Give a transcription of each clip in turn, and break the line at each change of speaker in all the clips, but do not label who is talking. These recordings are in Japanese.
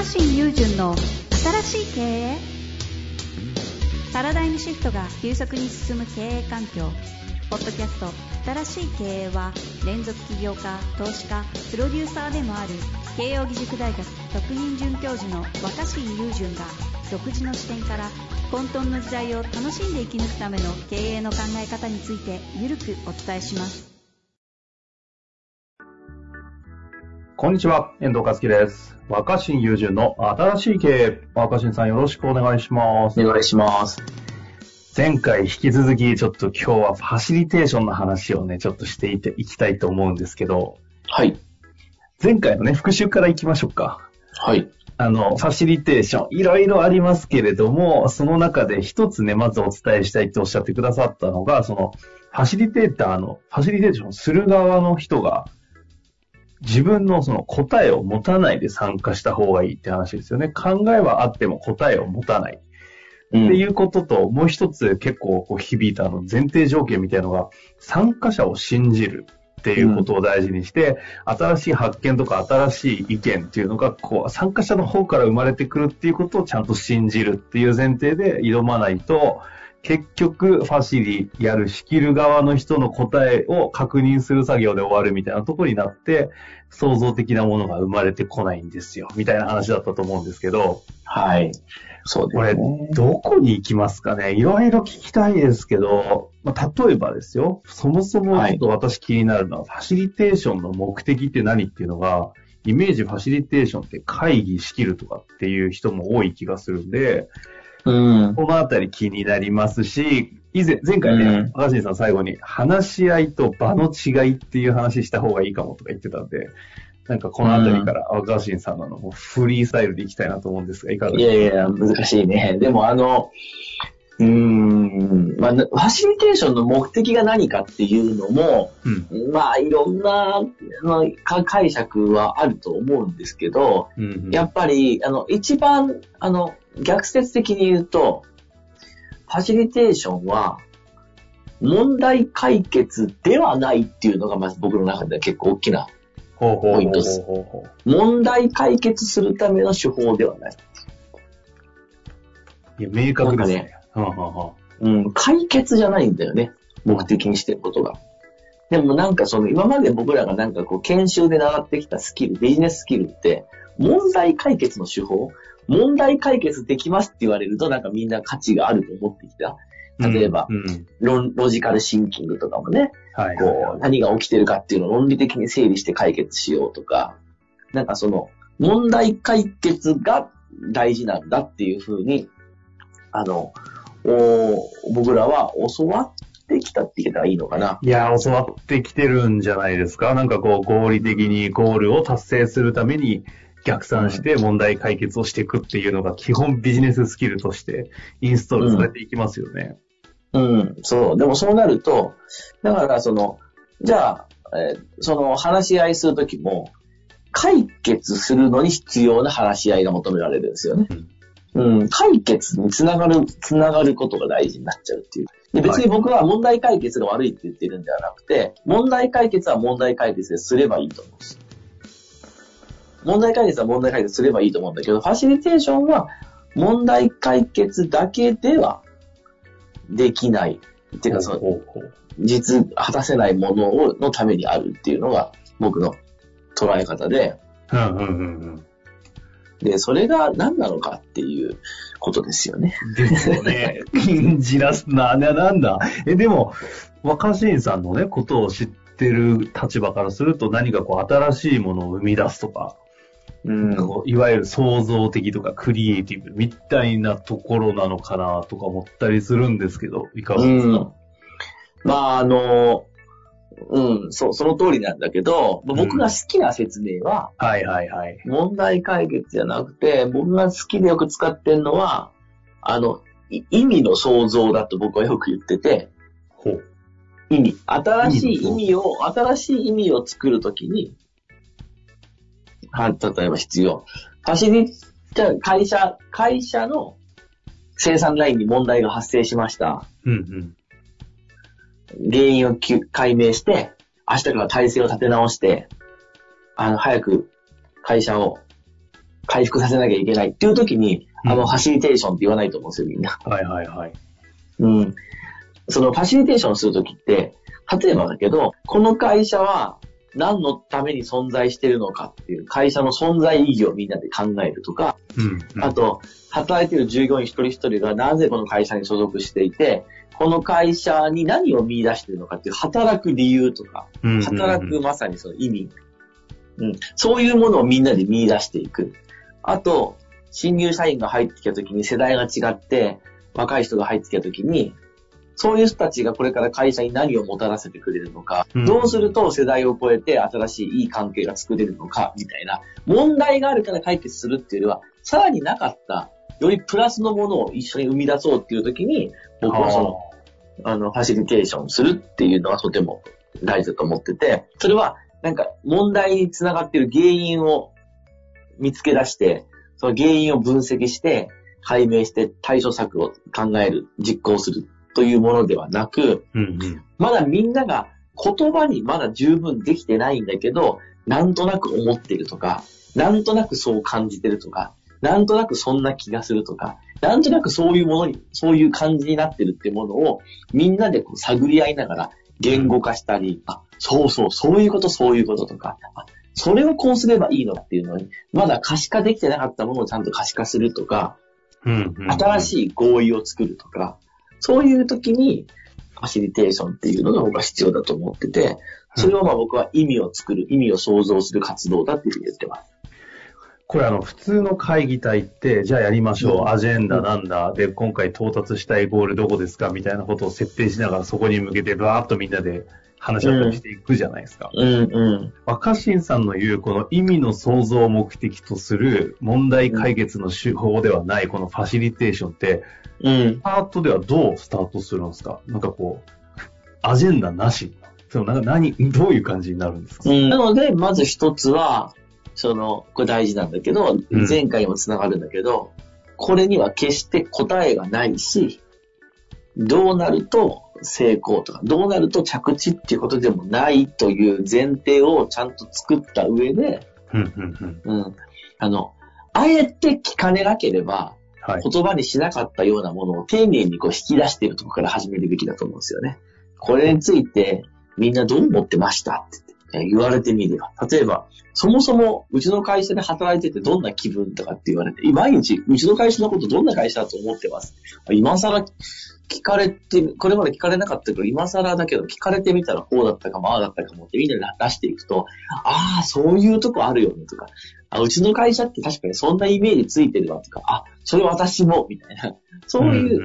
新雄純の新しい経営。パラダイムシフトが急速に進む経営環境。ポッドキャスト新しい経営は、連続起業家、投資家、プロデューサーでもある慶應義塾大学特任准教授の若新雄純が、独自の視点から混沌の時代を楽しんで生き抜くための経営の考え方についてゆるくお伝えします。
こんにちは、遠藤和樹です。若新雄純の新しい経営。若新さん、よろしくお願いします。
お願いします。
前回引き続き、ちょっと今日はファシリテーションの話をね、ちょっとしていきたいと思うんですけど。
はい。
前回のね、復習からいきましょうか。
はい。
ファシリテーション、いろいろありますけれども、その中で一つね、まずお伝えしたいとおっしゃってくださったのが、その、ファシリテーションする側の人が、自分のその答えを持たないで参加した方がいいって話ですよね。考えはあっても答えを持たない。っていうことと、もう一つ結構こう響いた前提条件みたいなのが、参加者を信じるっていうことを大事にして、新しい発見とか新しい意見っていうのが、こう、参加者の方から生まれてくるっていうことをちゃんと信じるっていう前提で挑まないと、結局、ファシリやる仕切る側の人の答えを確認する作業で終わるみたいなところになって、創造的なものが生まれてこないんですよ、みたいな話だったと思うんですけど。
はい。そうですね。
これ、どこに行きますかね。いろいろ聞きたいですけど、例えばですよ、そもそもちょっと私気になるのは、ファシリテーションの目的って何っていうのが、イメージファシリテーションって会議仕切るとかっていう人も多い気がするんで、このあたり気になりますし、前回ね、若新さん最後に話し合いと場の違いっていう話した方がいいかもとか言ってたんで、なんかこのあたりから若新さんのフリースタイルでいきたいなと思うんですが、いかがですか？
いや、難しいね。でもファシリテーションの目的が何かっていうのも、いろんな解釈はあると思うんですけど、やっぱり、一番、逆説的に言うと、ファシリテーションは、問題解決ではないっていうのが、まず僕の中では結構大きなポイントです。問題解決するための手法ではない。
いや、明確ですね。
解決じゃないんだよね。目的にしてることが。でも今まで僕らが研修で習ってきたスキル、ビジネススキルって、問題解決の手法、問題解決できますって言われるとみんな価値があると思ってきた。例えば、ロジカルシンキングとかもね、何が起きてるかっていうのを論理的に整理して解決しようとか、問題解決が大事なんだっていうふうに、僕らは教わってきたって言えたらいいのかな。
いや、教わってきてるんじゃないですか。合理的にゴールを達成するために逆算して問題解決をしていくっていうのが基本ビジネススキルとしてインストールされていきますよね。
そう。でもそうなると、だからじゃあ、話し合いするときも、解決するのに必要な話し合いが求められるんですよね。解決につながることが大事になっちゃうっていう。で、別に僕は問題解決が悪いって言ってるんではなくて、問題解決は問題解決ですればいいと思うんです。問題解決は問題解決すればいいと思うんだけど、ファシリテーションは問題解決だけではできない。っていうか果たせないもののためにあるっていうのが僕の捉え方で、で、それが何なのかっていうことですよね。
ですよね。じらすな、なんだ。でも、若新さんのね、ことを知ってる立場からすると何か新しいものを生み出すとか、いわゆる創造的とかクリエイティブみたいなところなのかなとか思ったりするんですけど、いかがですか？
その通りなんだけど、僕が好きな説明は、問題解決じゃなくて、僕が好きでよく使ってるのは、意味の創造だと僕はよく言ってて、新しい意味を作るときに、例えば必要。会社の生産ラインに問題が発生しました。原因を解明して、明日から体制を立て直して、早く会社を回復させなきゃいけないっていう時に、ファシリテーションって言わないと思うんですよ、みんな。
はいはいはい。
そのファシリテーションする時って、例えばだけど、この会社は何のために存在しているのかっていう会社の存在意義をみんなで考えるとか、あと、働いている従業員一人一人がなぜこの会社に所属していて、この会社に何を見出しているのかっていう働く理由とか、働くまさにその意味、そういうものをみんなで見出していく。あと、新入社員が入ってきた時に世代が違って、若い人が入ってきた時に、そういう人たちがこれから会社に何をもたらせてくれるのか、どうすると世代を超えて新しいいい関係が作れるのか、みたいな問題があるから解決するっていうよりは、さらになかった、よりプラスのものを一緒に生み出そうっていう時に、僕はファシリテーションするっていうのはとても大事だと思ってて、それはなんか問題につながっている原因を見つけ出して、その原因を分析して、解明して対処策を考える、実行するというものではなく、まだみんなが言葉にまだ十分できてないんだけど、なんとなく思ってるとか、なんとなくそう感じてるとか、なんとなくそんな気がするとか、なんとなくそういうものに、そういう感じになってるっていうものをみんなでこう探り合いながら言語化したり、そういうこととか、それをこうすればいいのっていうのに、まだ可視化できてなかったものをちゃんと可視化するとか、新しい合意を作るとか、そういう時にファシリテーションっていうのが僕は必要だと思ってて、それを僕は意味を作る、意味を創造する活動だっていうふうに言ってます。
これ普通の会議体って、じゃあやりましょう、アジェンダなんだ、で、今回到達したいゴールどこですかみたいなことを設定しながらそこに向けてバーッとみんなで話し合ったりしていくじゃないですか。若新さんの言うこの意味の創造を目的とする問題解決の手法ではないこのファシリテーションって、スタートではどうスタートするんですか？なんかこう、アジェンダなし。どういう感じになるんですか？
なので、まず一つは、これ大事なんだけど、前回にもつながるんだけど、これには決して答えがないし、どうなると成功とか、どうなると着地っていうことでもないという前提をちゃんと作った上で、あえて聞かねなければ、言葉にしなかったようなものを丁寧にこう引き出しているところから始めるべきだと思うんですよね。これについてみんなどう思ってましたって言われてみれば。例えば、そもそもうちの会社で働いててどんな気分とかって言われて、毎日うちの会社のことどんな会社だと思ってます。今更聞かれて、これまで聞かれなかったけど、今更だけど聞かれてみたらこうだったかも、ああだったかもってみんなで出していくと、そういうとこあるよねとか、うちの会社って確かにそんなイメージついてるわとか、それ私も、みたいな。そういう、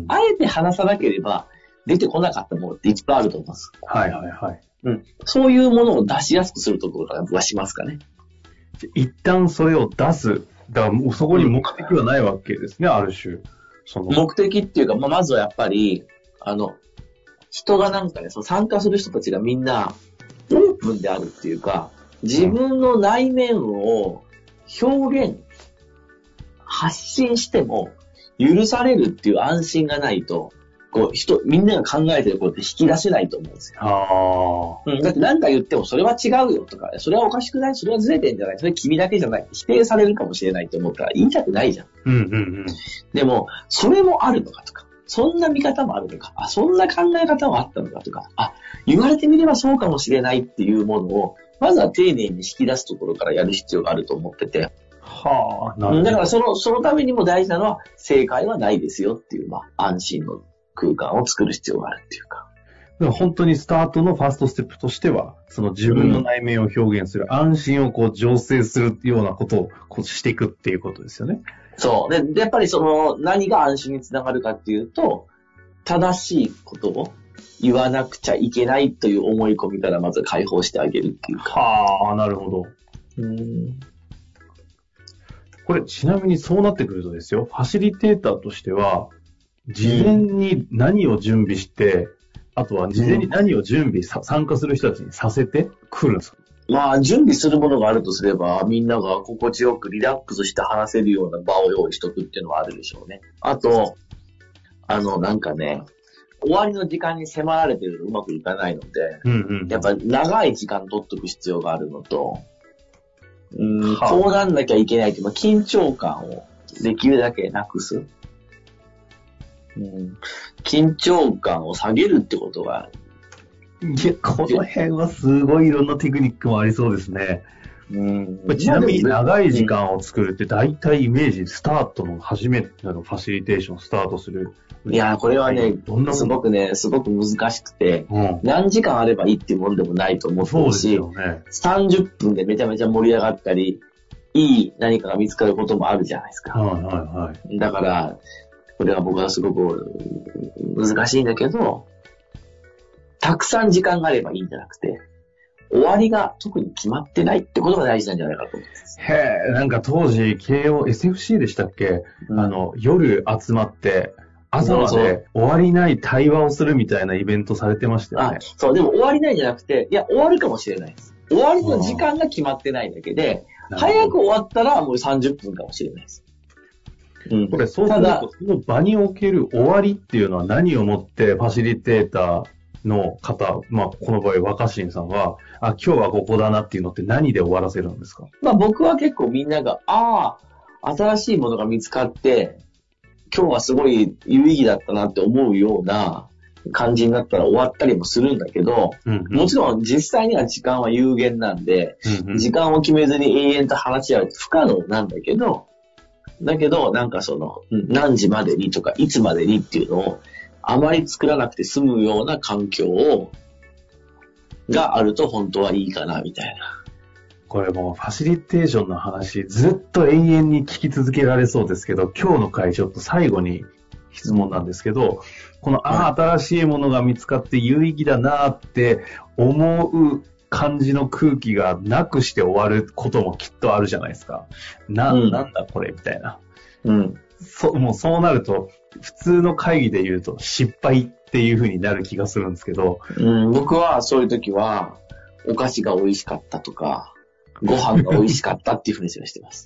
あえて話さなければ出てこなかったものっていっぱいあると思います。そういうものを出しやすくするところから僕はしますかね。
一旦それを出す。だからそこに目的はないわけですね、ある種。
目的っていうか、まずはやっぱり、人がなんかね、参加する人たちがみんなオープンであるっていうか、自分の内面を表現、発信しても許されるっていう安心がないと、みんなが考えてることって引き出せないと思うんですよ。だって何か言ってもそれは違うよとか、それはおかしくない、それはずれてんじゃない、それ君だけじゃない、否定されるかもしれないと思ったら言いたくないじゃん。でも、それもあるのかとか、そんな見方もあるのか、そんな考え方もあったのかとか、言われてみればそうかもしれないっていうものを、まずは丁寧に引き出すところからやる必要があると思ってて。なるほど。だからそのためにも大事なのは、正解はないですよっていう、安心の空間を作る必要があるっていうか。
本当にスタートのファーストステップとしては、その自分の内面を表現する、安心を醸成するようなことをしていくっていうことですよね。
そう。で、やっぱり何が安心につながるかっていうと、正しいことを言わなくちゃいけないという思い込みからまず解放してあげるっていうか。
なるほど。これ、ちなみにそうなってくるとですよ、ファシリテーターとしては、事前に何を準備して、あとは事前に何を準備、参加する人たちにさせてくるんですか？
準備するものがあるとすれば、みんなが心地よくリラックスして話せるような場を用意しとくっていうのはあるでしょうね。あと、なんかね、終わりの時間に迫られてるとうまくいかないので、やっぱり長い時間取っとく必要があるのと、 こうなんなきゃいけないという、緊張感をできるだけなくす。緊張感を下げるってことが。
いや、この辺はすごいいろんなテクニックもありそうですね。ちなみに長い時間を作るって大体イメージ、スタートの初めてのファシリテーションスタートする。
いや、これはね、すごく難しくて、何時間あればいいっていうものでもないと思ってるし、30分でめちゃめちゃ盛り上がったり、いい何かが見つかることもあるじゃないですか。だから、これは僕はすごく難しいんだけど、たくさん時間があればいいんじゃなくて、終わりが特に決まってないってことが大事なんじゃないかと思います。
へぇ、なんか当時、慶応 SFC でしたっけ、夜集まって、朝まで終わりない対話をするみたいなイベントされてましたよね。
そう、でも終わりないじゃなくて、いや、終わるかもしれないです。終わりの時間が決まってないだけで、早く終わったらもう30分かもしれないです。
これ、そうすると、その場における終わりっていうのは何をもってファシリテーターの方、この場合、若新さんは、今日はここだなっていうのって何で終わらせるんですか？
僕は結構みんなが、新しいものが見つかって、今日はすごい有意義だったなって思うような感じになったら終わったりもするんだけど、もちろん実際には時間は有限なんで、時間を決めずに永遠と話し合うって不可能なんだけど、なんか何時までにとか、いつまでにっていうのを、あまり作らなくて済むような環境があると本当はいいかな、みたいな。
これもうファシリテーションの話、ずっと永遠に聞き続けられそうですけど、今日の回ちょっと最後に質問なんですけど、この、新しいものが見つかって有意義だなって思う感じの空気がなくして終わることもきっとあるじゃないですか。なんだこれみたいな。もうそうなると、普通の会議で言うと失敗っていう風になる気がするんですけど。
僕はそういう時は、お菓子が美味しかったとか、ご飯が美味しかったっていう風にしてます。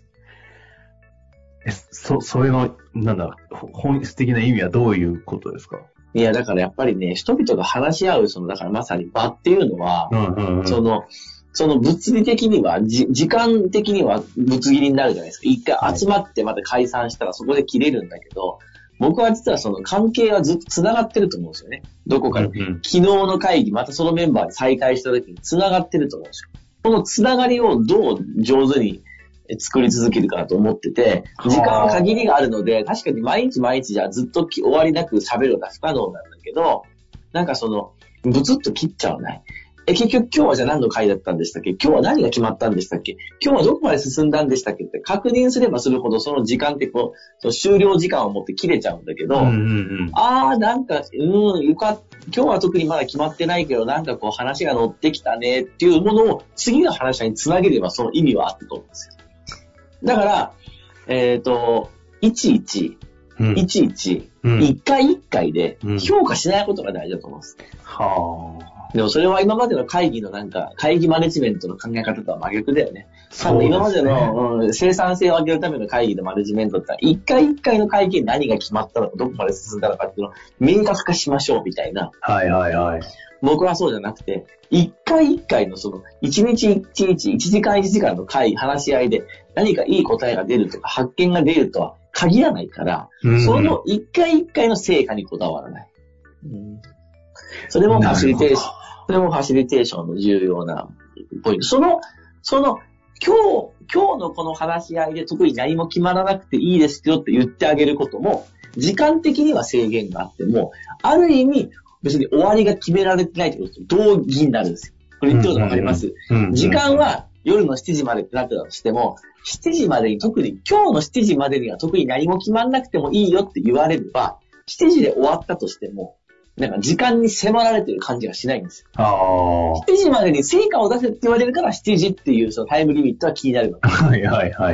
それの、本質的な意味はどういうことですか？
いや、だからやっぱりね、人々が話し合う、だからまさに場っていうのは、その物理的には、時間的にはぶつ切りになるじゃないですか。一回集まってまた解散したらそこで切れるんだけど、僕は実はその関係はずっと繋がってると思うんですよね。どこかで。昨日の会議、またそのメンバーで再開した時に繋がってると思うんですよ。この繋がりをどう上手に作り続けるかと思ってて、時間は限りがあるので、確かに毎日じゃずっと終わりなく喋るのは不可能なんだけど、ブツッと切っちゃわない。結局今日はじゃあ何の回だったんでしたっけ？今日は何が決まったんでしたっけ？今日はどこまで進んだんでしたっけって確認すればするほどその時間って終了時間を持って切れちゃうんだけど、今日は特にまだ決まってないけど話が乗ってきたねっていうものを次の話につなげればその意味はあったと思うんですよ。だから、いちいち、一回一回で評価しないことが大事だと思うんです。でもそれは今までの会議の会議マネジメントの考え方とは真逆だよね。今までの、生産性を上げるための会議のマネジメントって一回一回の会議に何が決まったのか、どこまで進んだのかっていうのを明確化しましょうみたいな。僕はそうじゃなくて、一回一回の一日一日、一時間一時間の話し合いで何かいい答えが出るとか発見が出るとは限らないから、その一回一回の成果にこだわらない。それもファシリテーションの重要なポイント。今日のこの話し合いで特に何も決まらなくていいですよって言ってあげることも、時間的には制限があっても、ある意味、別に終わりが決められてないってことと同義になるんですよ。これ言ってることわかります？時間は夜の7時までってなってたとしても、7時までに今日の7時までには特に何も決まらなくてもいいよって言われれば、7時で終わったとしても、時間に迫られてる感じがしないんですよ。7時までに成果を出せって言われるから7時っていうそのタイムリミットは気になるわけです。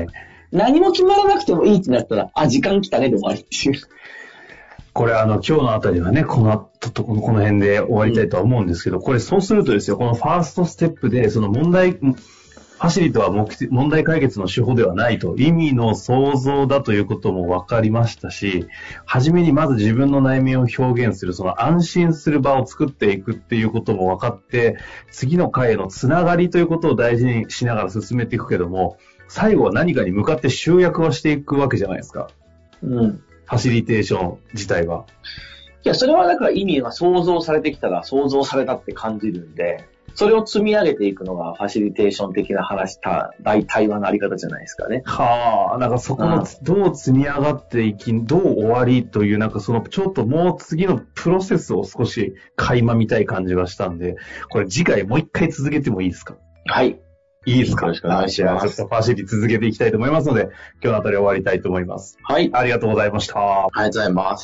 何も決まらなくてもいいってなったら、時間来たねで終わりっていう。
これ今日のあたりはね、この辺で終わりたいとは思うんですけど、これそうするとですよ、このファーストステップで、その問題、 ファシリとは問題解決の手法ではないと、意味の創造だということも分かりましたし、初めにまず自分の内面を表現する、その安心する場を作っていくっていうことも分かって、次の回へのつながりということを大事にしながら進めていくけども、最後は何かに向かって集約はしていくわけじゃないですか。
うん。
ファシリテーション自体は。
いや、それはだから意味が想像されてきたら想像されたって感じるんで、それを積み上げていくのがファシリテーション的な対話のあり方じゃないですかね。
はあ、なんかそこのどう積み上がっていき、どう終わりという、なんかそのちょっともう次のプロセスを少し垣間見たい感じがしたんで、これ次回もう一回続けてもいいですか？
はい。
いいですか？
よろしくお願いします。
ちょっとファシリ続けていきたいと思いますので、今日のあたり終わりたいと思います。
はい。
ありがとうございました。
ありがとうございます。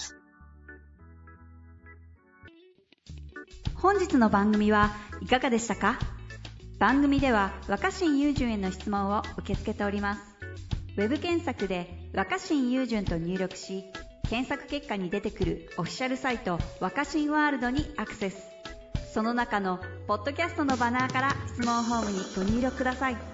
本日の番組はいかがでしたか？番組では若新雄純への質問を受け付けております。ウェブ検索で若新雄純と入力し、検索結果に出てくるオフィシャルサイト若新ワールドにアクセス。その中のポッドキャストのバナーから質問フォームにご入力ください。